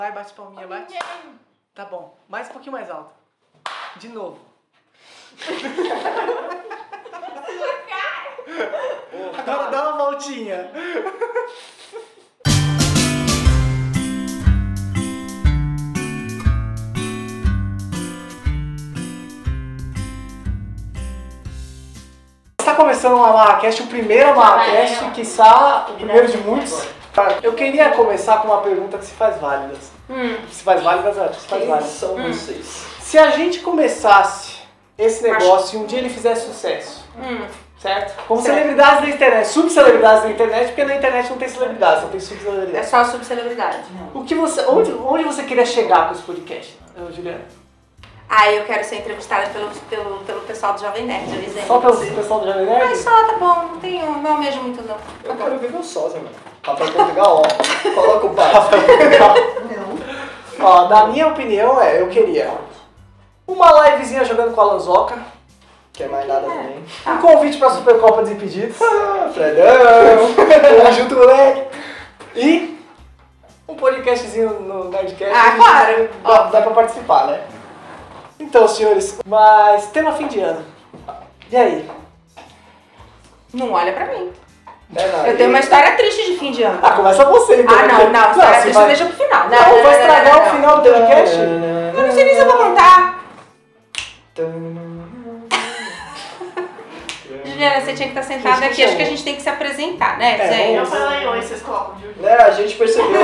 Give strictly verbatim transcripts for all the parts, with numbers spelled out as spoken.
Vai, bate palminha, bate. Tá bom. Mais um pouquinho mais alto. De novo. Agora dá uma voltinha. Está começando o AmarraCast, o primeiro AmarraCast, quiçá o primeiro de muitos. Eu queria começar com uma pergunta que se faz válidas. Hum. Se faz válidas, é, se faz válidas. São Hum. vocês. Se a gente começasse esse negócio e um dia ele fizesse sucesso, Hum. certo? Como Certo. celebridades da internet, subcelebridades da internet, porque na internet não tem celebridades, só tem É subcelebridades. só subcelebridade. O que você, onde, onde você queria chegar com esse podcast, Juliana? Ah, eu quero ser entrevistada pelo, pelo, pelo pessoal do Jovem Nerd, avisei. Só pelo pessoal do Jovem Nerd? Mas só, tá bom, não tenho, não almejo muito não. Eu quero ver meu sósia, mano. Rafael Portugal, ó. Coloca o papo. Ó, na minha opinião, é, eu queria uma livezinha jogando com a Lanzoca, Quer mais nada também. um convite pra Supercopa Desimpedidos, Ah, Fredão. tamo junto, moleque, e um podcastzinho no Nerdcast. Ah, claro. Dá, dá pra participar, né? Então, senhores, mas tema fim de ano. E aí? Não olha pra mim. É, não, Eu e- tenho uma história triste de fim de ano. Ah, começa você, então. Ah, não, não, história se triste vai... deixa pro final. Não, vai estragar não, o final do podcast? Eu não sei nem se eu vou contar. Juliana, você tinha que estar sentada Gente, aqui. Acho que que a chamou. gente tem que se apresentar, né? É, gente? Eu falei oi, vocês colocam de Né, a gente percebeu.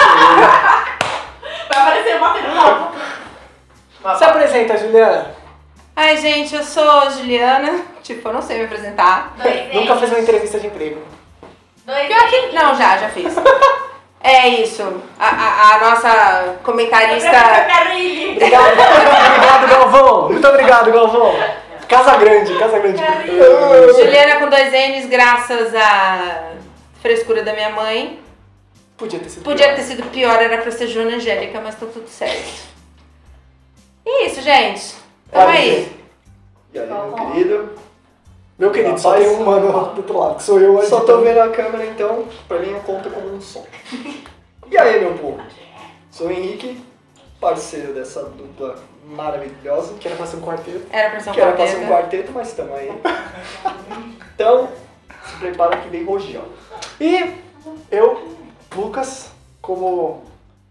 Vai aparecer o material. Se apresenta, Juliana. Ai, gente, eu sou Juliana. Tipo, eu não sei me apresentar. Nunca fez uma entrevista de emprego. Dois Pior que... Não, já, já fiz. É isso. A, a, a nossa comentarista... Carille. Obrigado, obrigado, Galvão. Muito obrigado, Galvão. Casa Grande, Casa Grande. Juliana com dois N's, graças à frescura da minha mãe. Podia ter sido Podia pior. ter sido pior, era pra ser Joana Angélica, mas tá tudo certo. E isso, gente. Tamo Vai, aí. E aí, meu querido? Meu querido, só Rapaz, tem um mano do outro lado, que sou eu. Só tô vendo a câmera, então, pra mim conta como um som. E aí, meu povo? Sou o Henrique, parceiro dessa dupla maravilhosa. Que era pra ser um quarteto. Era pra ser um Que era pra ser um quarteto. quarteto, mas estamos aí. Então, se prepara que vem rojão. E eu, Lucas, como...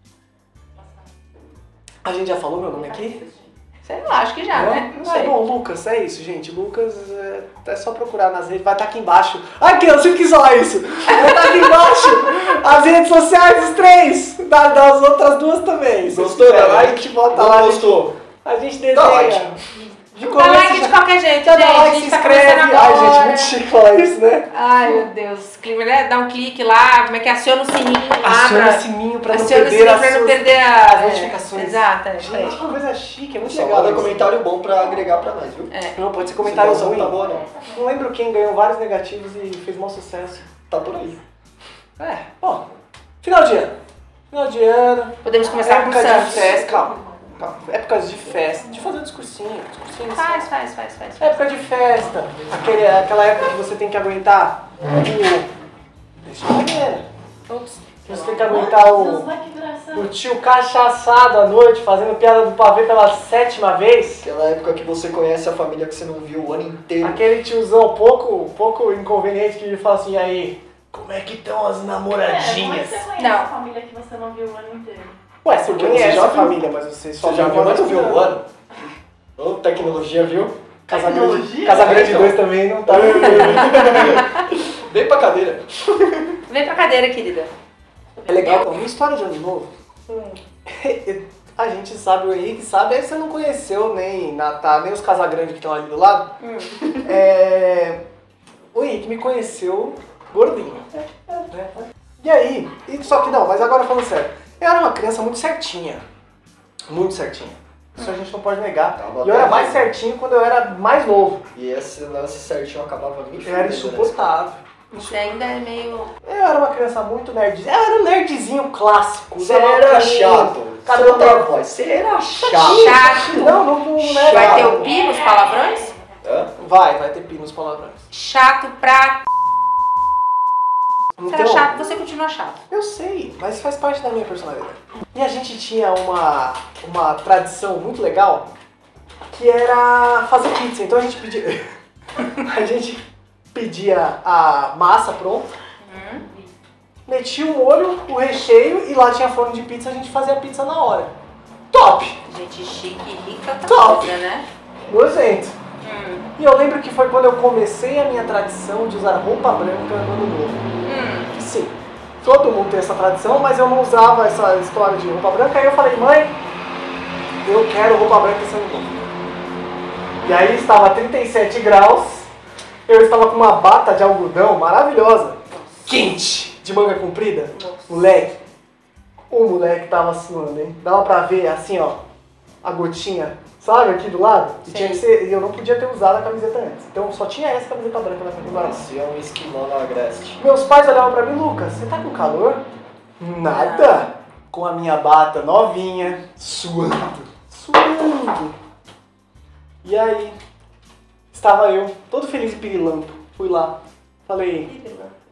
A gente já falou meu nome aqui? Sei lá, acho que já, Não? né? Não Ah, sei. bom, Lucas, é isso, gente. Lucas, é, é só procurar nas redes, vai estar aqui embaixo. Aqui, eu sempre quis falar isso. Vai estar aqui embaixo as redes sociais dos três, da- das outras duas também. Se Gostou quiser, da A like? gente bota Não lá, gostou? a gente desenha. Dá like. De Dá começo like já- de qualquer jeito, já gente. dá A like, gente se tá inscreve. começando Ai, agora. gente, muito chique falar isso, né? Ai, meu Deus. Clima, né? Dá um clique lá, como é que é? Aciona o sininho lá Aciona pra... o sininho pra não Aciona o perder sininho as pra não suas- perder a... as é, notificações. Exato. é. Gente, que coisa chique, é muito Só legal. manda isso. comentário bom pra agregar pra nós, viu? É. Não, pode ser comentário Situação ruim. não tá boa, não. Não lembro quem ganhou vários negativos e fez mau sucesso. Tá por aí. É, bom. Final de ano. Final de ano. Podemos começar com o época de Santos. festa. Calma, calma. Épocas de festa. De fazer um discursinho. discursinho Faz, faz, faz, faz. Época de festa. Aquele, aquela época que você tem que aguentar o... Deixa eu ver. Ops. Você tem que aguentar o, que engraçado. o tio cachaçado à noite, fazendo piada do pavê pela sétima vez. Aquela época que você conhece a família que você não viu o ano inteiro. Aquele tiozão pouco, pouco inconveniente que ele fala assim, aí, como é que estão as É, como é namoradinhas? que você conhece Não. a família que você não viu o ano inteiro? Ué, você Porque conhece você já a viu. família, mas você só Você já viu, uma mas não viu vez o por ano? Ô, tecnologia, viu? Casa Grande, Tecnologia? Casa Grande Então. dois também não tá. Vem pra cadeira. Vem pra cadeira, querida. É legal, uma história de ano novo. A gente sabe, o Henrique sabe, aí você não conheceu nem Natal, nem os Casagrande que estão ali do lado. Hum. É, o Henrique me conheceu gordinho. Né? E aí, e- só que não, mas agora falando sério, eu era uma criança muito certinha. Muito certinha. Isso a gente não pode negar. Tava E eu era até mais mais. certinho quando eu era mais novo. E esse lance certinho acabava me Eu era fudendo, né? insuportável. Você ainda é meio... Eu era uma criança muito nerdzinha. Eu era um nerdzinho clássico. Você usava era óculos, chato. cabelo Solta a branco. voz. Você era chato. Chato. Não, não, não, não é Vai ter chato. o pi nos palavrões? Hã? Vai, vai ter pi nos palavrões. Chato pra... Você era chato, você continua chato. Eu sei, mas faz parte da minha personalidade. E a gente tinha uma, uma tradição muito legal, que era fazer pizza. Então a gente pedia, a gente pedia a massa pronta, Hum. metia o molho, o recheio, e lá tinha forno de pizza, a gente fazia a pizza na hora. Top! Gente chique e rica, outra Top. coisa, né? Nojento. Hum. E eu lembro que foi quando eu comecei a minha tradição de usar roupa branca no ano novo. Hum. Sim, todo mundo tem essa tradição, mas eu não usava essa história de roupa branca. Aí eu falei, mãe, eu quero roupa branca esse ano novo. E aí estava trinta e sete graus, eu estava com uma bata de algodão maravilhosa, quente, de manga comprida. Nossa. Moleque, o moleque tava suando, hein? Dava pra ver assim, ó, a gotinha, sabe, aqui do lado? E Sim. tinha que ser, e eu não podia ter usado a camiseta antes. Então só tinha essa camiseta branca na frente do guarda-roupa. Parecia um esquimó no Agreste. Meus pais olhavam pra mim, Lucas, você tá com calor? Nada. Com a minha bata novinha, suando, suando. E aí, estava eu, todo feliz e pirilampo, fui lá, falei,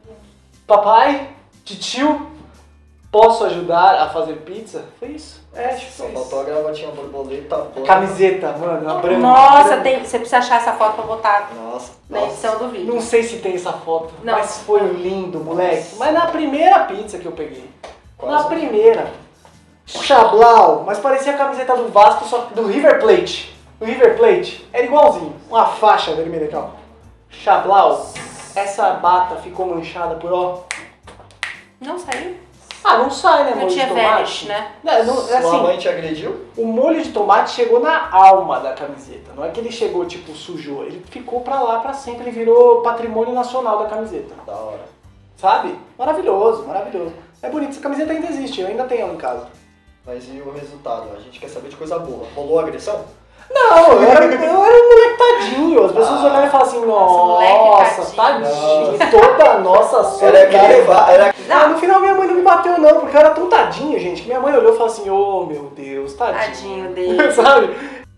papai, titio, posso ajudar a fazer pizza? Foi isso. É, acho que Só foi faltou a isso. gravatinha borboleta, branca. Camiseta, mano, a branca. Nossa, branca. tem, você precisa achar essa foto pra botar Nossa, na nossa. edição do vídeo. Não sei se tem essa foto, Não. mas foi lindo, moleque. Mas na primeira pizza que eu peguei. Na Quase. primeira. Chablau, mas parecia a camiseta do Vasco, só que do River Plate. Do River Plate, era igualzinho. Uma faixa vermelha aqui, ó. Chablau, essa bata ficou manchada por, ó. Não saiu? Ah, não sai, né, Não molho tinha de tomate? vanish, né? Não, não, Sua assim, mãe te agrediu? o molho de tomate chegou na alma da camiseta. Não é que ele chegou, tipo, sujou. Ele ficou pra lá, pra sempre. Ele virou patrimônio nacional da camiseta. Da hora. Sabe? Maravilhoso, maravilhoso. É bonito, essa camiseta ainda existe, eu ainda tenho ela em casa. Mas e o resultado? A gente quer saber de coisa boa. Rolou agressão? Não, eu era, eu era um moleque tadinho. As pessoas Ah. olhavam e falavam assim, moleque nossa, tadinho. tadinho. Toda a nossa Era que solidariedade. levar, era Ah, no final minha mãe não me bateu não, porque eu era tão tadinho, gente, que minha mãe olhou e falou assim, ô meu Deus, tadinho. Tadinho dele. Sabe?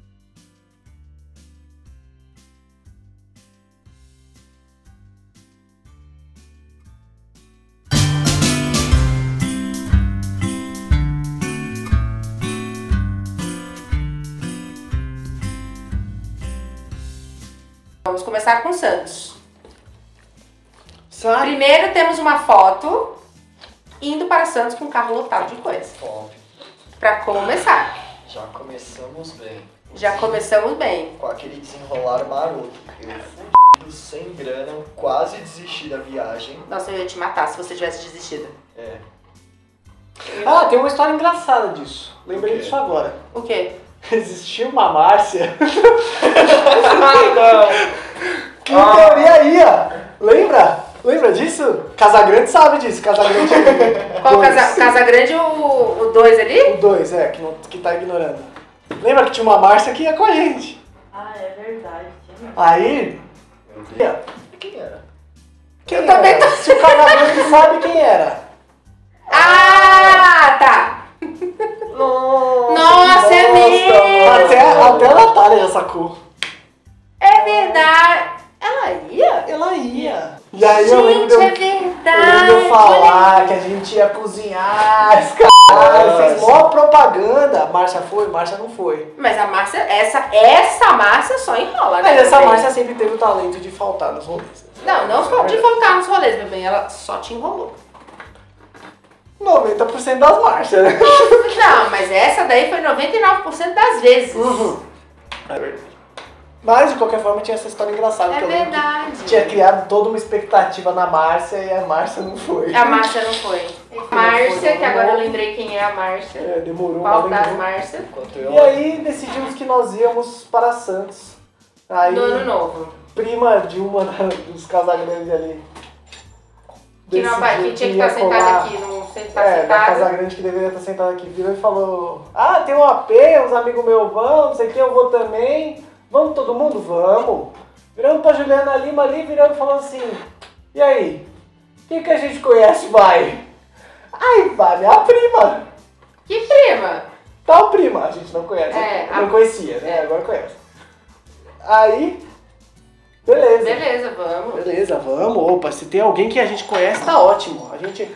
Vamos começar com o Santos. Sabe? Primeiro temos uma foto indo para Santos com um carro lotado de coisa. Óbvio. Pra começar. Já começamos bem. Já começamos bem. Com aquele desenrolar maroto. Eu fudido, sem grana, quase desisti da viagem. Nossa, eu ia te matar se você tivesse desistido. É. Ah, tem uma história engraçada disso. Lembrei O quê? disso agora. O quê? Existiu uma Márcia Ah, que em teoria ia. Lembra? Lembra disso? Casagrande sabe disso. Casagrande. Qual dois. casa, Casa Grande, o dois ali? O dois, é, que, não, que tá ignorando. Lembra que tinha uma Márcia que ia com a gente. Ah, é verdade. tinha. Aí. Meu Deus. ia. Quem era? Quem Eu também era? Se o Casagrande sabe quem era. Ah, tá. Nossa, é mesmo. Até, até a Natália já sacou. É verdade. Ela ia? Ela ia. E aí eu lembro de eu, Gente, é eu verdade. lembro de eu falar que a gente ia cozinhar. Esse caralho, fez mó propaganda. Márcia foi, Márcia não foi. Mas a Márcia, essa, essa Márcia só enrola, né? Mas essa bebê? Márcia sempre teve o talento de faltar nos rolês. Não, não Isso é de verdade. faltar nos rolês, bebê. Ela só te enrolou. noventa por cento das Márcias, né? Não, mas essa daí foi noventa e nove por cento das vezes. Uhum. É verdade. Mas, de qualquer forma, tinha essa história engraçada. É que eu lembro que verdade. tinha criado toda uma expectativa na Márcia e a Márcia não foi. A Márcia não foi. Márcia, que agora eu lembrei quem é a Márcia. É, demorou. Qual mas das lembrou. Márcias? Enquanto eu... E aí decidimos que nós íamos para Santos. Aí, Do ano novo. prima de uma da- dos Casagrandes ali. Que, não, vai, que decidiu tinha que ia estar sentada colar- aqui, não sei se tá É, da sentada. Casagrande que deveria estar sentada aqui, virou e falou: ah, tem um A P, uns amigos meus vão, não sei o que, eu vou também. Vamos todo mundo? Vamos. Virando pra Juliana Lima ali, virando e falando assim: e aí? Quem que a gente conhece, vai? Ai, vai, minha prima. Que prima? Tal prima, a gente não conhece. É, não a- conhecia, né? Agora conhece. Aí, Beleza. Beleza, vamos. Beleza, vamos. Opa, se tem alguém que a gente conhece, tá ótimo. A gente...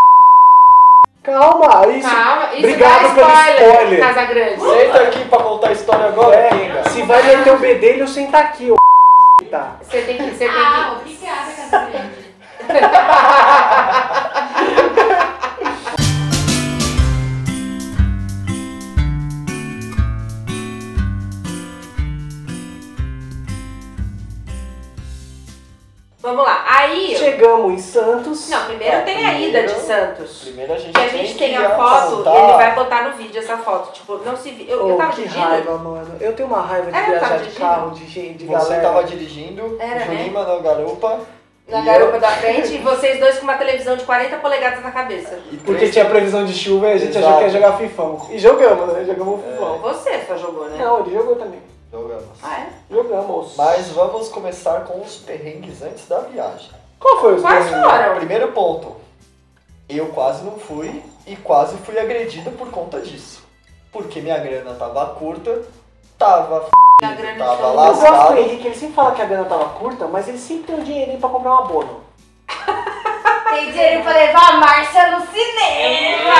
Calma, isso... Calma, isso Obrigado dá pelo spoiler, spoiler. Casagrande. Senta aqui pra contar a história agora, É, Kinga. se vai meter o bedelho, senta aqui, ô tá. Você tem que... Você tem Ah, que... obrigada, Casagrande. Vamos lá, aí... Chegamos em Santos. Não, primeiro Ah, tem a ida de primeiro- Santos. Primeiro a gente Que a tem gente que tem a foto, apontar- ele vai botar no vídeo essa foto. Tipo, não se viu. Eu, eu Oh, tava que dirigindo. raiva, mano. Eu tenho uma raiva de É, eu viajar tava de dirigindo. carro, de gente, de Você galera. tava dirigindo, Era, né? Julima na garupa. Na e garupa eu- da frente e vocês dois com uma televisão de quarenta polegadas na cabeça. e Porque três- tinha previsão de chuva e a gente Exato. achou que ia jogar fifão. E jogamos, né? Jogamos um fifão. Você só jogou, né? Não, ele jogou também. Jogamos. Ah, é? Jogamos. Mas vamos começar com os perrengues antes da viagem. Qual foi os Quais perrengues? foram? Primeiro ponto, eu quase não fui e quase fui agredido por conta disso. Porque minha grana tava curta, tava A f***, grana tava show. Eu gosto do lascado. Henrique, ele sempre fala que a grana tava curta, mas ele sempre tem um dinheirinho pra comprar um abono. Tem dinheiro pra levar a Márcia no cinema.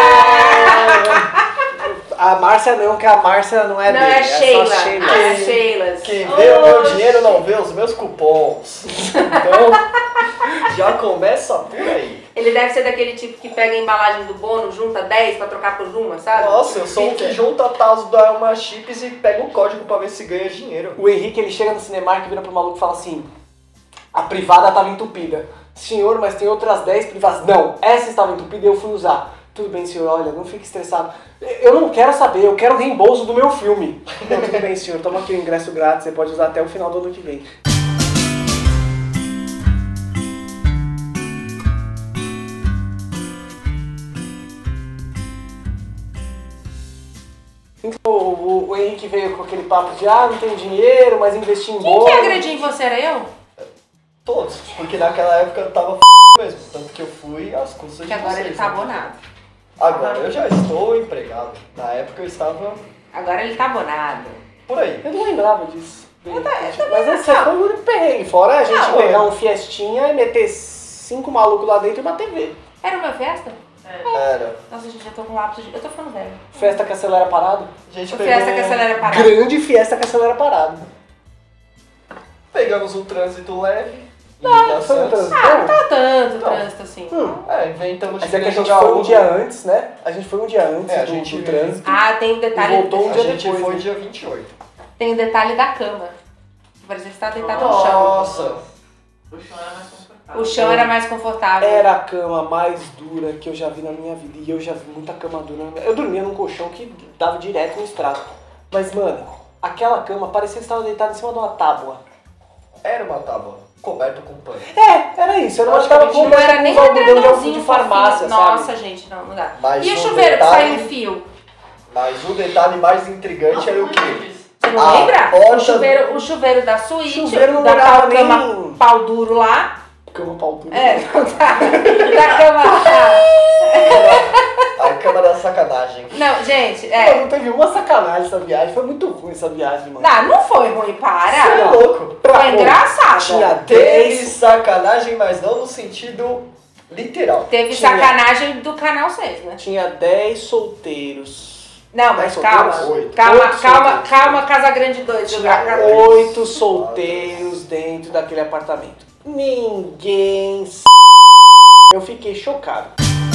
A Márcia não, que a Márcia não é Não, dele. é a Sheila. só a Sheila. É a Sheila. Quem vê o meu dinheiro não vê os meus cupons. Então, já começa por aí. Ele deve ser daquele tipo que pega a embalagem do bono, junta dez pra trocar por uma, sabe? Nossa, eu sou o que junta a Tazo da Elma Chips e pega o código pra ver se ganha dinheiro. O Henrique, ele chega no Cinemark e vira pro maluco e fala assim: a privada tava entupida. Senhor, mas tem outras dez privadas. Não, essa estava entupida e eu fui usar. Tudo bem, senhor, olha, não fique estressado. Eu não quero saber, eu quero o reembolso do meu filme. Não, tudo bem, senhor, toma aqui o ingresso grátis, você pode usar até o final do ano que vem. Então, o, o Henrique veio com aquele papo de, ah, não tem dinheiro, mas investi em Quem bolo. que agrediu em você? Era eu? Todos. Porque naquela época eu tava f*** mesmo. Tanto que eu fui às custas Que de agora vocês. ele tá né? abonado. Agora eu já estou empregado. Na época eu estava Agora ele tá abonado. por aí. Eu não lembrava disso. Eu ta- eu também Mas não. esse foi o único perrengue. Fora a gente Não, pegar é. um fiestinha e meter cinco malucos lá dentro e uma T V. Era uma festa? Era. Nossa, gente, eu tô com lápis de... Eu tô ficando velho. Festa que acelera parado. A gente O pegou... festa que acelera parado. Grande fiesta que acelera parado. Pegamos um trânsito leve. Não, foi um Santos. trânsito. Ah, não tá tanto Não. trânsito assim. Hum. É, inventamos de Mas é que a gente jogar foi um o- dia antes, né? A gente foi um dia antes É, a do, gente- do trânsito. Ah, tem o detalhe... E voltou um A dia gente depois, foi né? dia vinte e oito. Tem o detalhe da cama. Parecia que você tá deitado no chão. Nossa. O chão era mais confortável. O chão era mais confortável. Era a cama mais dura que eu já vi na minha vida. E eu já vi muita cama dura. na minha- Eu dormia num colchão que dava direto no estrato. Mas, mano, aquela cama parecia que estava deitado em cima de uma tábua. Era uma tábua coberta com pano. É, era isso. Era uma tábua Praticamente com Não era nem um algodão de algodão edredomzinho de farmácia, fofinho. sabe? Nossa, gente, não, não dá. Mas E o o chuveiro que detalhe- saiu um fio? Mas o detalhe mais intrigante era o quê? Você não A lembra? porta O chuveiro, o chuveiro da suíte, Chuveiro não da olhava tal nem- cama pau duro lá. Cama pau duro. É, da cama... A cama da sacanagem. Não, gente, Pô, é... não teve uma sacanagem essa viagem. Foi muito ruim essa viagem, mano. Não, não foi ruim, Você é para. louco. Foi engraçado. Tinha Teve dez. sacanagem, mas não no sentido literal. Teve Tinha- sacanagem do Canal seis, né? Tinha dez solteiros. Não, Dez mas calma. solteiros? Oito. Calma, Oito calma, solteiros. calma, Casagrande dois. jogar Tinha Casa- oito solteiros dentro daquele apartamento. Ninguém s... Eu fiquei chocado.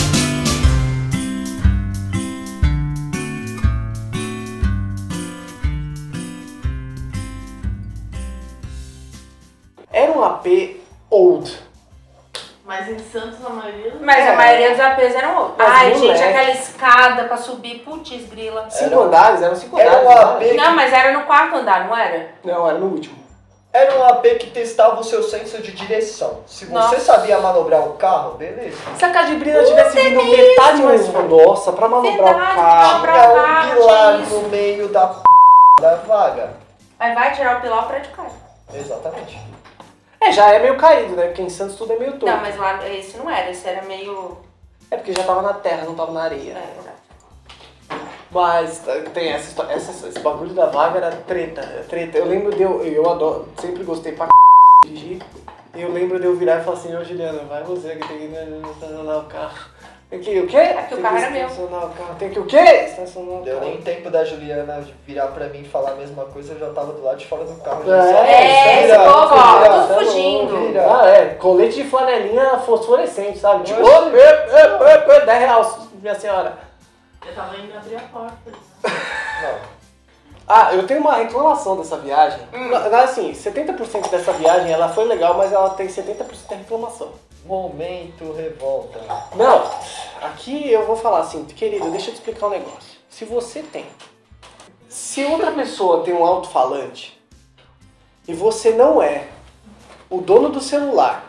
Era um A P old. Mas em Santos a maioria não. Mas É. a maioria dos A Ps eram outros. Mas Ai, moleque. gente, aquela escada pra subir, putz, grila. Cinco Era um- andares, eram cinco era andares. um não A P. era? Não, mas era no quarto andar, não era? Não, era no último. Era um A P que testava o seu senso de direção. Se você Nossa. sabia manobrar um carro, beleza. Se a Cadibrina tivesse vindo metade mais nossa pra manobrar o Verdade, carro. manobrar Tinha o um carro, pilar tinha isso. no meio da p... da vaga. Aí vai tirar o pilar, o prédio cai. Exatamente. É, já é meio caído, né? Porque em Santos tudo é meio torto. Não, mas lá esse não era, esse era meio... É porque já tava na terra, não tava na É, areia. verdade. Mas tem essa história, essa, esse bagulho da vaga era treta, treta. Eu lembro de eu, eu adoro, sempre gostei pra c... dirigir. E eu lembro de eu virar e falar assim, ô Juliana, vai você que tem que estacionar o carro. Tem que o quê? É que o Tem carro que era meu. estacionar o carro. Tem que o quê? Estacionar o Deu carro. nem tempo da Juliana virar pra mim e falar a mesma coisa, eu já tava do lado de fora do carro. É, esse povo, ó, tudo fugindo. Ah, é. Colete de flanelinha fosforescente, sabe? Tipo, Oxi. ô, ô, ô, ô, dez reais, minha senhora. Eu tava indo abrir a porta. Não. Ah, eu tenho uma reclamação dessa viagem. Hum. Assim, setenta por cento dessa viagem ela foi legal, mas ela tem setenta por cento de reclamação. Momento revolta. Não, aqui eu vou falar assim, querido, deixa eu te explicar um negócio. Se você tem, se outra pessoa tem um alto-falante e você não é o dono do celular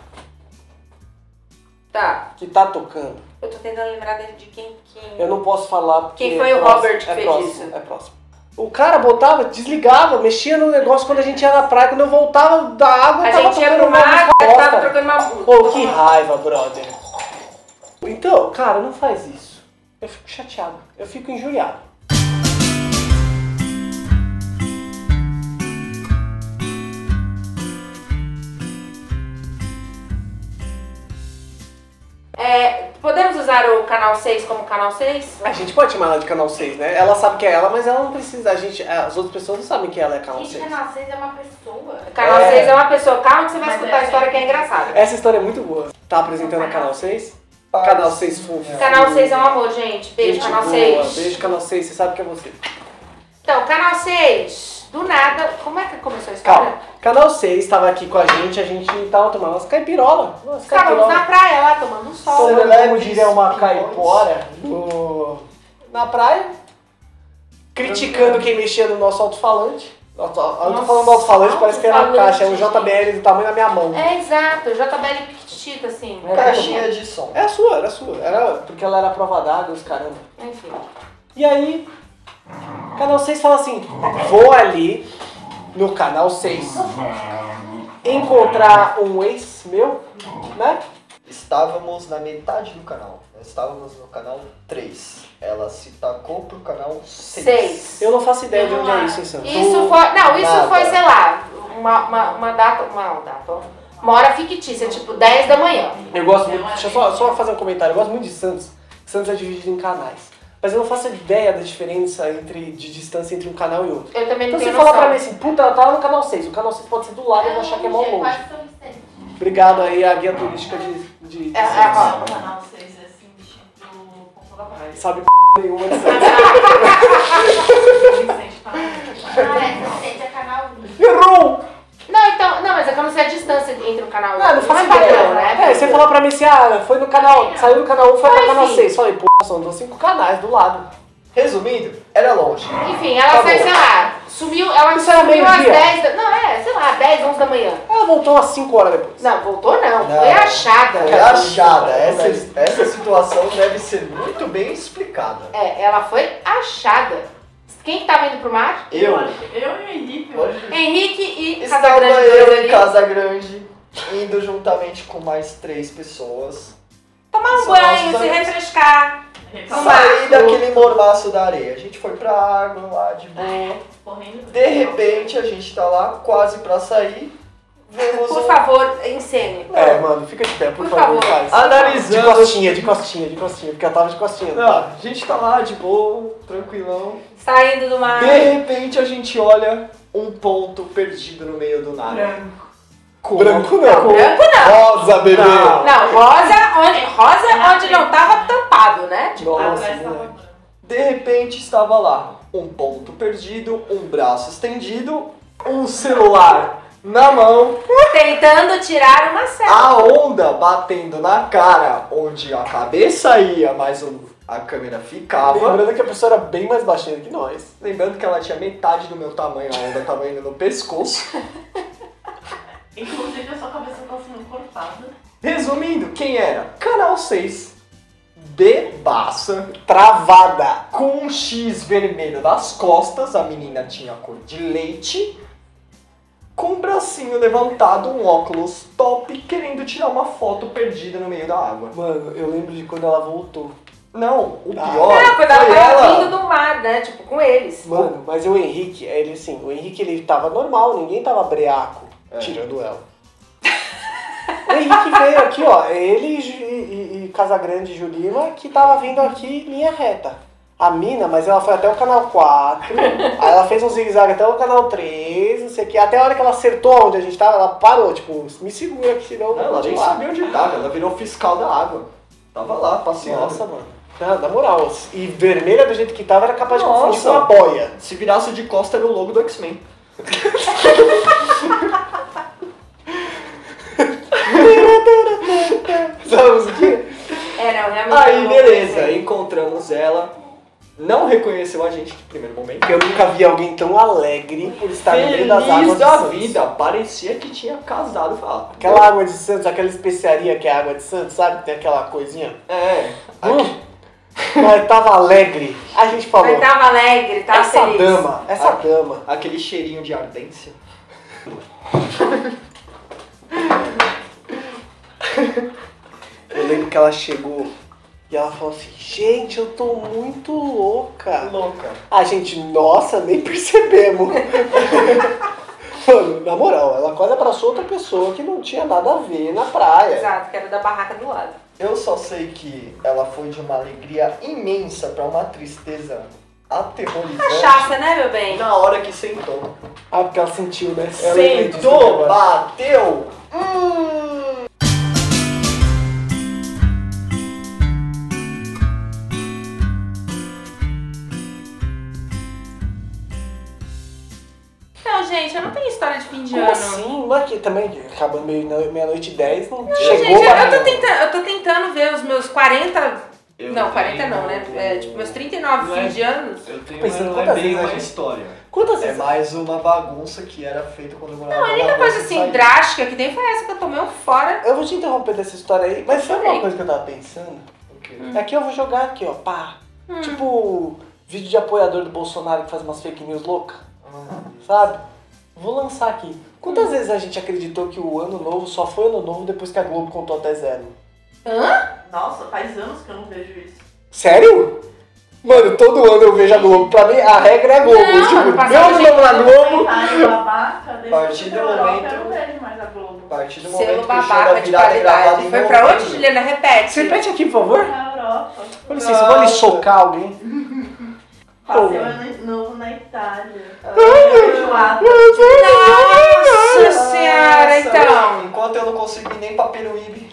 Tá, que tá tocando, eu tô tentando lembrar de de quem que... eu não posso falar porque Quem foi é o próximo, Robert que é fez próximo, isso? É próximo. O cara botava, desligava, mexia no negócio quando a gente ia na praia, quando eu voltava da água, A tava gente ia tocando pro uma mar, música tava bosta. trocando uma música. Pô, que raiva, brother. Então, cara, não faz isso. Eu fico chateado, eu fico injuriado. É, podemos usar o canal seis como canal seis? A gente pode chamar ela de canal seis, né? Ela sabe que é ela, mas ela não precisa. A gente, as outras pessoas não sabem que ela é canal Gente, seis. canal seis é uma pessoa. Canal É. seis é uma pessoa. Calma que você vai Mas escutar é, a história que é é. engraçada. Essa história é muito boa. Tá apresentando a canal seis? Canal seis fofo. Canal seis é um amor, gente. Beijo, Gente canal boa. seis. Beijo, canal seis, você sabe que é você. Então, canal seis, do nada. Como é que começou a história? Calma. Canal seis estava aqui com a gente, a gente tava tomando umas caipirola. Umas Estávamos caipirola. na praia lá, tomando um sol. Tomando, Leves como diria uma pingões. caipora no, na praia, criticando quem mexia no nosso alto-falante. Alto- Eu tô falando do alto-falante, parece que era uma alto-falante. caixa, é um J B L do tamanho da minha mão. É, exato. J B L piquitito, assim. É. Caixinha de som. É a sua, era a sua. Era porque ela era prova d'água, os caramba. Enfim. E aí, Canal seis fala assim, vou ali no Canal seis encontrar um ex meu, né? Estávamos na metade do canal. Nós estávamos no canal três. Ela se tacou pro canal seis. Seis. Eu não faço ideia de onde é isso em Santos. Isso foi. Não, isso Nada. foi, sei lá, uma, uma, uma data. Uma, uma data, ó. Uma hora fictícia, tipo dez da manhã. Eu gosto muito, deixa eu só, só fazer um comentário, eu gosto muito de Santos. Santos é dividido em canais. Mas eu não faço ideia da diferença entre, de distância entre um canal e outro. Eu também não Então você tenho fala noção. pra mim assim, puta, ela tá lá no canal seis. O canal seis pode ser do lado e eu vou achar que é mó longe. Quase São Vicente. Obrigado aí, a guia turística de, de, de É, é, Santos. ó. O canal seis é assim, tipo, Ponta da Praia. Sabe p nenhuma de Santos. Vicente tá Ah, é, São Vicente é canal vinte. Errou! Não, então, não, mas é que eu não sei a distância entre o canal e o Ah, não outro. faço é padrão, ideia. né? É, você falou pra mim assim, ah, foi no canal, saiu do canal um, foi Foi, pra canal sim. seis. Falei, pô, são cinco canais do lado. Resumindo, era longe. Enfim, ela Tá saiu, bom. sei lá, sumiu, ela Isso era sumiu às meio-dia? dez da... Não, é, sei lá, dez, onze da manhã. Ela voltou umas cinco horas depois. Não, voltou não, Não. foi achada. Foi achada. Essa, essa situação deve ser muito bem explicada. É, ela foi achada. Quem que tava indo pro mar? Eu. Eu e o Henrique. Hoje Henrique e estava Casagrande dois eu em ali. Casa Grande, indo juntamente com mais três pessoas. Tomar um São banho, nossos se amigos. refrescar. Reclamar. Mato. Saí daquele mormaço da areia. A gente foi pra água lá de boa. Correndo. De repente a gente tá lá, quase pra sair. Vemos Por um... favor, encene. É, mano, fica de pé, por, Por favor, favor. faz. Analisando. De costinha, de costinha, de costinha, porque ela tava de costinha. Não, a gente tá lá de boa, tranquilão. Saindo do mar. De repente a gente olha um ponto perdido no meio do nada. Branco. Com Branco uma- não. com Branco não. rosa, bebê. Não. Não, rosa onde, rosa onde não tava tampado, né? Nossa, Atrás tava moleque. branco. De repente estava lá um ponto perdido, um braço estendido, um celular na mão, Tentando tirar uma selfie. a onda batendo na cara, onde a cabeça ia, mas o- a câmera ficava. Lembrando que a pessoa era bem mais baixinha que nós. Lembrando que ela tinha metade do meu tamanho, a onda estava indo no pescoço. Inclusive a sua cabeça tá sendo cortada. Resumindo, quem era? Canal seis, bebaça, Travada. com um X vermelho nas costas, a menina tinha cor de leite, com o bracinho levantado, um óculos top, querendo tirar uma foto perdida no meio da água. Mano, eu lembro de quando ela voltou. Não, o Ah. pior Não, quando ela foi tava ela. vindo do mar, né? Tipo, com eles. Mano, mas o Henrique, ele assim, o Henrique ele tava normal, ninguém tava breaco, É. tirando ela. O Henrique veio aqui, ó, ele e, Ju- e, e Casagrande e Julima que tava vindo aqui em linha reta. A mina, mas ela foi até o canal quatro, aí ela fez um zigue-zague até o canal três, não sei o que, até a hora que ela acertou onde a gente tava, ela parou, tipo, me segura aqui, senão eu Não, vou ela nem continuar. sabia onde tava, ela virou fiscal da água. Tava lá, passeando. Nossa, mano. Na, na moral, e vermelha do jeito que tava, era capaz de Nossa. confundir com uma boia. Se virasse de costa era o logo do X-Men. Sabe a musiquinha? É, não, realmente. Aí, eu não beleza, pensei. encontramos ela. Não reconheceu a gente de primeiro momento. Eu nunca vi alguém tão alegre por estar no meio das águas Feliz de da Santos. vida, parecia que tinha casado. Falava, Aquela água de Santos, aquela especiaria que é água de Santos, sabe? Que tem aquela coisinha. É, Hum, mas tava alegre. A gente falou, Mas tava alegre, tava essa feliz. dama, essa Ah. dama. aquele cheirinho de ardência. Eu lembro que ela chegou e ela falou assim, gente, eu tô muito louca. Louca. A gente, nossa, nem percebemos. Mano, na moral, ela quase abraçou outra pessoa que não tinha nada a ver na praia. Exato, que era da barraca do lado. Eu só sei que ela foi de uma alegria imensa pra uma tristeza aterrorizante. Cachaça, né, meu bem? Na hora que sentou. Ah, porque ela sentiu, né? Ela lembrou disso Sentou, agora. bateu. Hum. Não, gente, eu não tenho história de fim de Como ano. assim? Mas aqui também, acabando meia- meia-noite e dez, não, Não, chegou gente, eu, pra eu, tô mim. tentando, eu tô tentando ver os meus quarenta. Eu não, quarenta tenho- não, né? É, tipo, meus trinta e nove Não é- fins de anos. Eu tenho, Pensando mas não é quantas bem vezes a uma gente- história. Quantas É vezes? mais uma bagunça que era feita quando eu morava Não, a na única Lagoa coisa sem assim sair. drástica que tem foi essa que eu tomei um fora. Eu vou te interromper dessa história aí, mas sabe uma Peraí. coisa que eu tava pensando? O quê? É que eu vou jogar aqui, ó, pá. Hum. Tipo, vídeo de apoiador do Bolsonaro que faz umas fake news loucas, Ah, sabe? Vou lançar aqui. Quantas vezes a gente acreditou que o ano novo só foi ano novo depois que a Globo contou até zero? Hã? Nossa, faz anos que eu não vejo isso. Sério? Mano, todo ano eu vejo a Globo. Pra mim, a regra é a Globo. Não, tipo, ano passado meu a ano gente novo na Globo. Comentário babaca, desde Partir que do eu fui pra Europa, momento- eu não vejo mais a Globo. A partir do momento Selo que o show da babaca de virada é gravado qualidade. em Foi pra novembro. onde, Juliana? Repete. Você repete aqui, por favor. Na Europa. Com licença, eu vou ali socar alguém. Passei o ano novo na Itália. Feijoada. Nossa senhora, Nossa, então. Enquanto eu não consegui nem papeluíbe.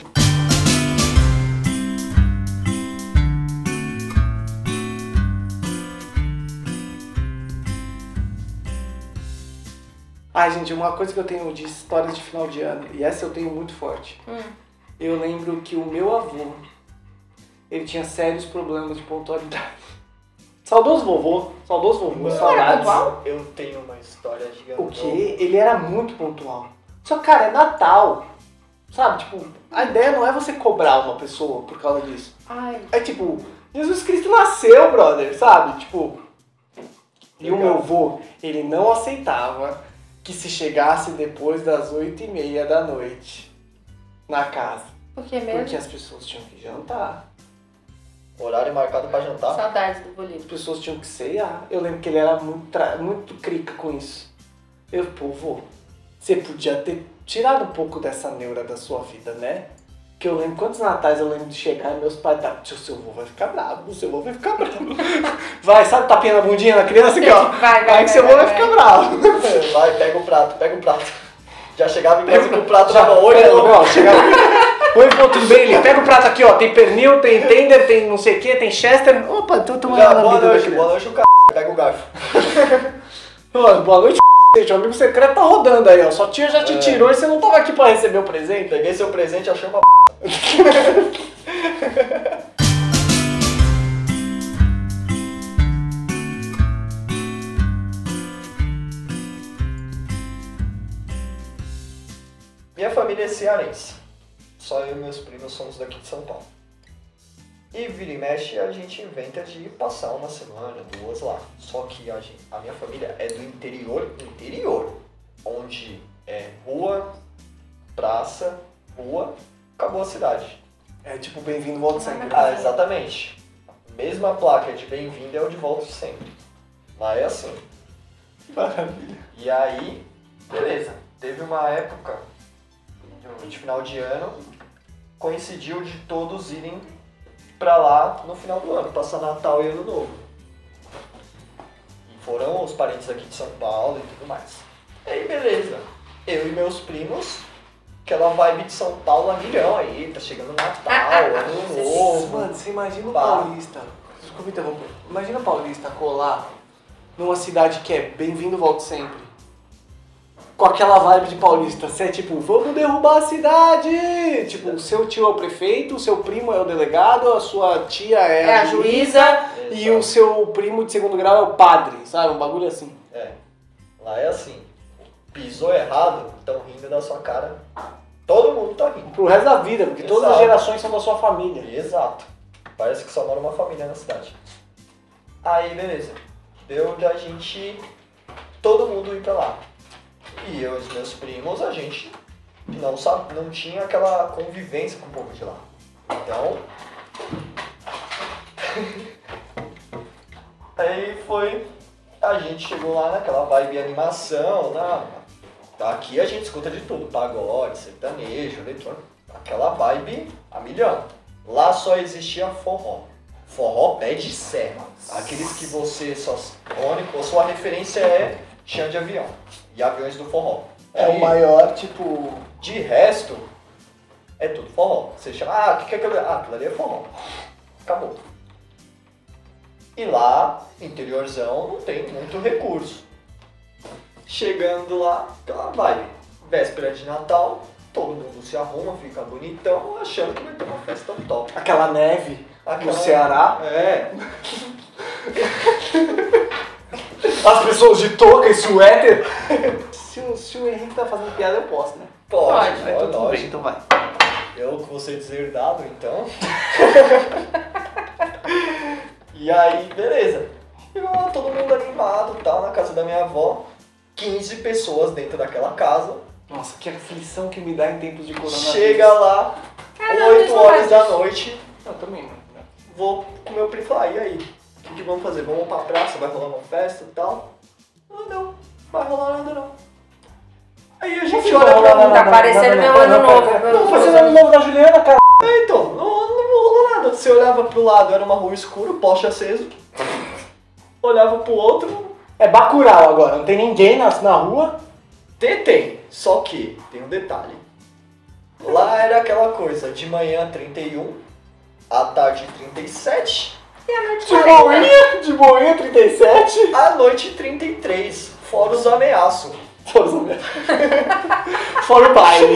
Ai, gente, uma coisa que eu tenho de histórias de final de ano, e essa eu tenho muito forte. Hum. Eu lembro que o meu avô, ele tinha sérios problemas de pontualidade. Saudoso vovô, saudoso vovô, Mano, saudades. eu tenho uma história gigante. O quê? Ele era muito pontual. Só que, cara, é Natal. Sabe, tipo, a ideia não é você cobrar uma pessoa por causa disso. Ai. É tipo, Jesus Cristo nasceu, brother, sabe? Tipo, e o Legal. meu avô, ele não aceitava que se chegasse depois das oito e meia da noite na casa. Por que mesmo? Porque as pessoas tinham que jantar, Horário marcado pra jantar. Saudades do as bolinho. pessoas tinham que ceiar. Eu lembro que ele era muito, tra- muito crica com isso. Eu, pô, vô, você podia ter tirado um pouco dessa neura da sua vida, né? Que eu lembro quantos natais eu lembro de chegar e meus pais estavam, o seu avô vai ficar bravo, o seu avô vai ficar bravo. Vai, sabe, tapinha na bundinha da criança aqui, ó. Vai, vai, Vai que seu avô vai vai, ficar bravo. Vai, pega o prato, pega o prato. Já chegava em casa com o prato na mão, Pega, olhando. ó, chegava. Oi, pô, tudo bem? Ele pega o prato aqui, ó. Tem pernil, tem tender, tem não sei o que, tem chester. Opa, tô tomando Já, na boa vida da noite, criança. boa noite o c... Pega o garfo. Ó, boa noite, o amigo secreto tá rodando aí, ó. Sua tia já te É. tirou e você não tava aqui pra receber o presente. Peguei seu presente e achei uma Minha família é cearense. Só eu e meus primos somos daqui de São Paulo. E vira e mexe a gente inventa de passar uma semana, duas lá. Só que a, gente, a minha família é do interior, interior. Onde é rua, praça, rua, acabou a cidade. É tipo, bem-vindo, volta sempre. Ah, exatamente. Mesma placa de bem-vindo é o de volta sempre. Lá é assim. Maravilha. E aí, beleza. Teve uma época, de final de ano, coincidiu de todos irem pra lá no final do ano, passar Natal e Ano Novo. E foram os parentes aqui de São Paulo e tudo mais. E aí, beleza. Eu e meus primos, aquela vibe de São Paulo a milhão aí, tá chegando Natal, Ano Novo. Mano, você imagina o Pá. paulista. Desculpa interromper. Imagina o paulista colar numa cidade que é bem-vindo, volte sempre. Com aquela vibe de paulista. Você é tipo, vamos derrubar a cidade! Tipo, o seu tio é o prefeito, o seu primo é o delegado, a sua tia é, É a a juíza juíza. e o seu primo de segundo grau é o padre, sabe? Um bagulho assim. É, lá é assim. Pisou errado, estão rindo da sua cara. Todo mundo tá rindo. Pro resto da vida, porque todas as Exato. gerações são da sua família. Exato. Parece que só mora uma família na cidade. Aí, beleza. Deu da gente, todo mundo ir pra lá. E eu e os meus primos, a gente não, sabe, não tinha aquela convivência com o povo de lá. Então... Aí foi... A gente chegou lá naquela vibe animação, na... Aqui a gente escuta de tudo, pagode, sertanejo, eletrônico. Aquela vibe a milhão. Lá só existia forró. Forró pé de serra. Aqueles que você só... A sua referência é chão de avião. E aviões do forró. É Aí, o maior, tipo... de resto, é tudo forró. Você chama, ah, o que, que é aquilo? Ah, aquilo ali é forró. Acabou. E lá, interiorzão, não tem muito recurso. Chegando lá, aquela vibe. Véspera de Natal, todo mundo se arruma, fica bonitão, achando que vai ter uma festa top. Aquela neve Aquela- no Ceará. É. As pessoas de touca e suéter. se, o, se o Henrique tá fazendo piada, eu posso, né? Pode, Pode, pode, Então tudo bem, lógico. então vai. Eu com você deserdado, então. E aí, beleza. Chegou lá, todo mundo animado, tal, na casa da minha avó. quinze pessoas dentro daquela casa. Nossa, que aflição que me dá em tempos de coronavírus. Chega lá, Caramba, oito isso não horas faz da isso. noite. Não, também não. Vou com meu primo falar, e aí? O que, que vamos fazer? Vamos pra praça? Vai rolar uma festa e tal? Não, não, vai rolar nada não. Aí a gente Não olha vai pra rolar mim. Tá parecendo meu ano novo. meu Não, ano vai ser novo. o ano novo da Juliana, cara. Então, não, não rolou nada. Você olhava pro lado, era uma rua escura, poste aceso. Olhava pro outro, É Bacurau agora, não tem ninguém na, na rua. tem, tem. Só que, tem um detalhe. Lá era aquela coisa, de manhã trinta e um, à tarde trinta e sete, De boinha, de boinha trinta e sete. à noite trinta e três, fora os ameaços. Fora o baile.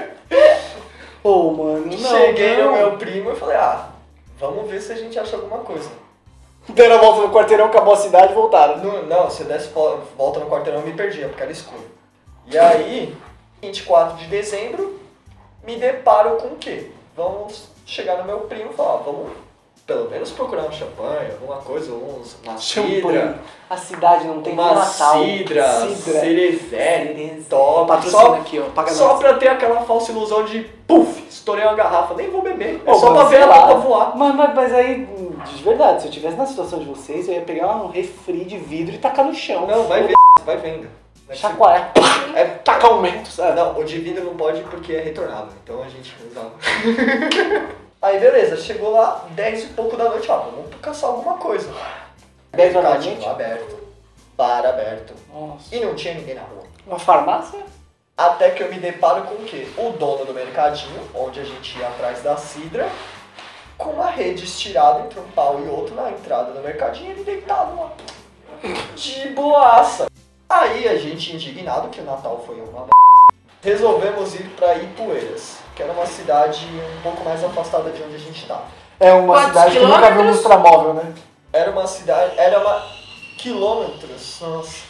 Ô, mano, não. Cheguei não. no meu primo e falei, ah, vamos ver se a gente acha alguma coisa. Deram a volta no quarteirão, acabou a cidade e voltaram. No- não, se eu desse vo- volta no quarteirão eu me perdia, porque era escuro. E aí, vinte e quatro de dezembro, me deparo com o quê? Vamos chegar no meu primo e falar, ó, vamos pelo menos procurar um champanhe, alguma coisa, uns, uma cidra, Champanhe. A cidade não tem uma Natal. cidra, Cidra. cerezé, top, Patrocina só, aqui, ó. Paga só nós. pra ter aquela falsa ilusão de, puf, estourei uma garrafa, nem vou beber, é Ô, só mano, pra ver sei a lá. bola voar. Mas, mas, mas aí, de verdade, se eu tivesse na situação de vocês, eu ia pegar um refri de vidro e tacar no chão. Não, vai ver, vai vendo. Chacoalhar. É, Tacar um mento, sabe? não, o de vidro não pode porque é retornável, então a gente usava. Aí beleza, chegou lá, dez e pouco da noite, ó, vamos caçar alguma coisa. dez horas da Mercadinho noite? aberto, bar aberto, Nossa. e não tinha ninguém na rua. Uma farmácia? Até que eu me deparo com o quê? O dono do mercadinho, onde a gente ia atrás da cidra, com uma rede estirada entre um pau e outro na entrada do mercadinho, ele deitado lá. De boaça. Aí a gente, indignado que o Natal foi uma merda, resolvemos ir pra Ipueiras, que era uma cidade um pouco mais afastada de onde a gente tava. É uma Quantos cidade que nunca viu um quilômetros? ultramóvel, né? Era uma cidade, era uma... quilômetros, nossa.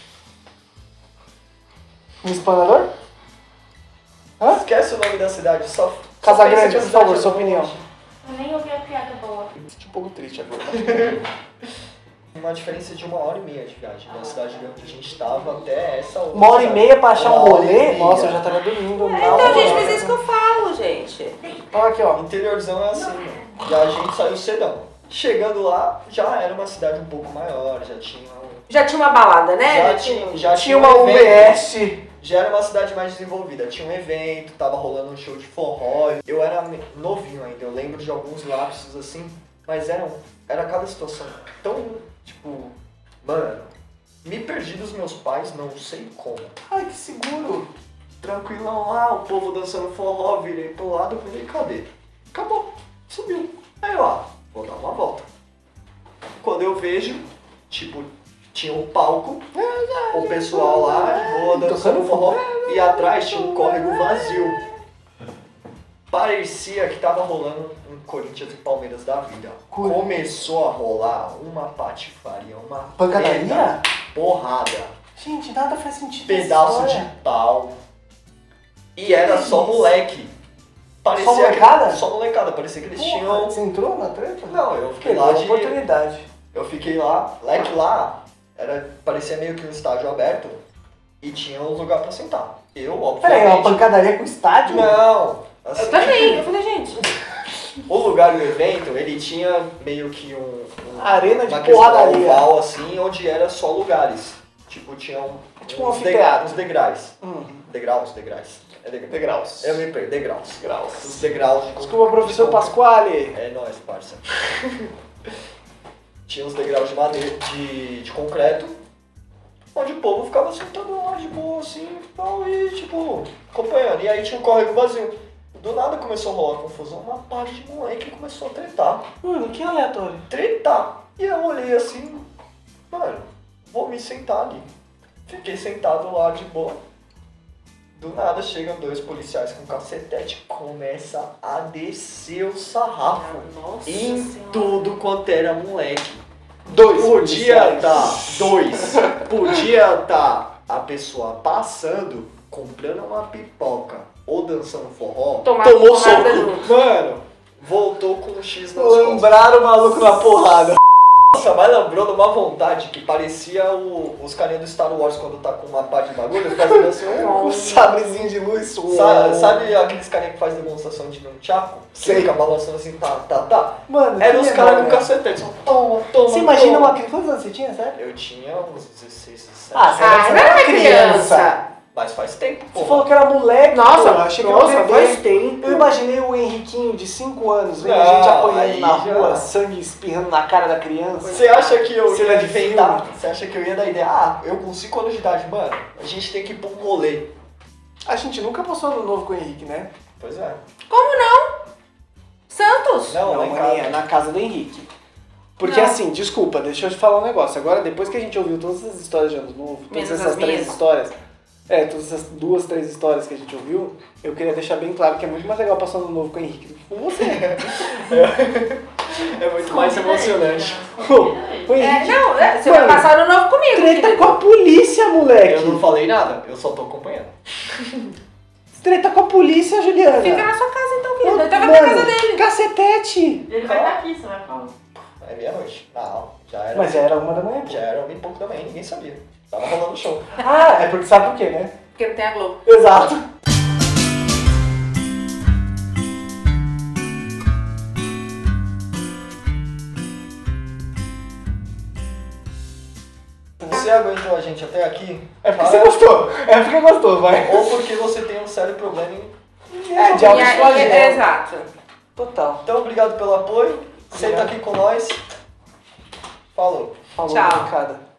Um espanador? Hã? Esquece o nome da cidade, só... só Casa pensa Grande, que a por cidade favor, é sua longe. opinião. Eu nem ouvi a piada boa. Tô um pouco triste agora. Uma diferença de uma hora e meia de viagem, da cidade onde a gente tava até essa outra. Uma hora e cidade. meia pra achar um Uma hora e rolê? meia. Nossa, eu já tava dormindo. na Então, hora. gente, mas é isso que eu falo, gente. Olha aqui, ó. Interiorzão é assim, e a gente saiu cedão. Chegando lá, já era uma cidade um pouco maior, já tinha um... Já tinha uma balada, né? Já tinha, já Tinha um uma U B evento. S. Já era uma cidade mais desenvolvida, tinha um evento, tava rolando um show de forró. Eu era me- novinho ainda, eu lembro de alguns lapsos assim, mas eram, era cada situação tão, tipo, mano, me perdi dos meus pais, não sei como. Ai, que seguro. Tranquilão lá, o povo dançando forró, virei pro lado, falei, cadê? Acabou, sumiu. Aí eu, ah, vou dar uma volta. Quando eu vejo, tipo, tinha um palco, o pessoal lá, de boa, dançando forró, e atrás tinha um córrego vazio. Parecia que tava rolando um Corinthians e Palmeiras da vida. Começou a rolar uma patifaria, uma Pancadaria? treta, porrada, Gente, nada faz sentido nessa pedaço de história. pau. E era só moleque. Parecia Só molecada? Que, só molecada, parecia que eles Porra, tinham... Você entrou na treta? Não, eu fiquei Pegou lá a de... oportunidade. Eu fiquei lá, leque lá, era, parecia meio que um estádio aberto e tinha um lugar pra sentar. Eu, Peraí, uma obviamente... pancadaria com estádio? Não! Assim, Eu também. Eu falei, gente. o lugar do evento, ele tinha meio que um... um Arena de uma questão porradaria. oval, assim, onde era só lugares. Tipo, tinha um, Tipo um uns, de, anfiteatro. uns degraus. Hum, Degraus, degraus. É degraus. degraus. Eu me perdi, degraus. Degraus. Os degraus de... Desculpa, professor de- Pasquale. É nóis, parça. Tinha uns degraus de madeira, de, de concreto, onde o povo ficava sentado lá de boa, assim, tal, e tipo, acompanhando. E aí tinha um córrego vazio. Do nada começou a rolar confusão, uma parte de moleque começou a tretar. Mano, que aleatório. Tretar! E eu olhei assim, mano, vou me sentar ali. Fiquei sentado lá de boa. Do nada chegam dois policiais com cacetete, começa a descer o sarrafo. Nossa Em Senhora. tudo quanto era moleque. Dois Podia policiais. estar dois. Podia estar a pessoa passando, comprando uma pipoca ou dançando forró. Tomar Tomou porrada soco. junto. Mano, voltou com um X nas costas. Lembraram o maluco na porrada. Nossa, mas lembrou de uma vontade que parecia o- os carinhas do Star Wars quando tá com uma pá de bagulho, fazendo assim, um, Um sabrezinho de luz. Sabe, sabe aqueles carinhas que faz demonstração de nunchaku? Que Sei. fica balançando assim, tá, tá, tá. Mano, Era que os caras com legal, né? cacetete, só toma, toma, Você imagina toma. uma criança? Quantos anos você tinha, sério? Eu tinha uns dezesseis, dezessete. Ah, você Ah, você não era criança. Mas faz tempo, pô. Você falou que era moleque, Nossa, pô, eu achei que nossa, era faz bebê. tempo. Eu imaginei o Henriquinho de cinco anos, vendo a Não, gente apanhando aí na já- rua, sangue espirrando na cara da criança. Você acha que eu Cena ia de inventar? filme. Você acha que eu ia dar ideia? Ah, eu com cinco anos de idade, mano, a gente tem que ir pra um rolê. A gente nunca passou ano novo com o Henrique, né? Pois é. Como não? Santos? Não, lá em maninha, casa. na casa do Henrique. Porque Não. assim, desculpa, deixa eu te falar um negócio. Agora, depois que a gente ouviu todas as histórias de ano novo, todas Menos essas as três minhas. histórias, é, todas essas duas, três histórias que a gente ouviu, eu queria deixar bem claro que é muito mais legal passar ano novo com o Henrique do que com você. É muito mais emocionante. O É, Henrique, não, é, você Mano, vai passar o ano novo comigo. treta querido. com a polícia, moleque. Eu não falei nada, eu só tô acompanhando. Treta com a polícia, Juliana. Fica na sua casa então, querido. Ele tava Mano, na casa dele. Cacetete. Ele vai estar aqui, você vai falar. É meia-noite. Não, já era. Mas já era uma da manhã. pô. Já era uma e pouco da manhã, ninguém sabia. Tava rolando show. Ah, é porque sabe por quê, né? Porque não tem a Globo. Exato. Você aguentou a gente até aqui? É porque fala- você gostou. É porque gostou, vai. Ou porque você tem um sério problema em... É, de E aí- autoexplosão. é, Exato. Total. Então, obrigado pelo apoio. Senta aqui com nós. Falou. Falou, Tchau. molecada.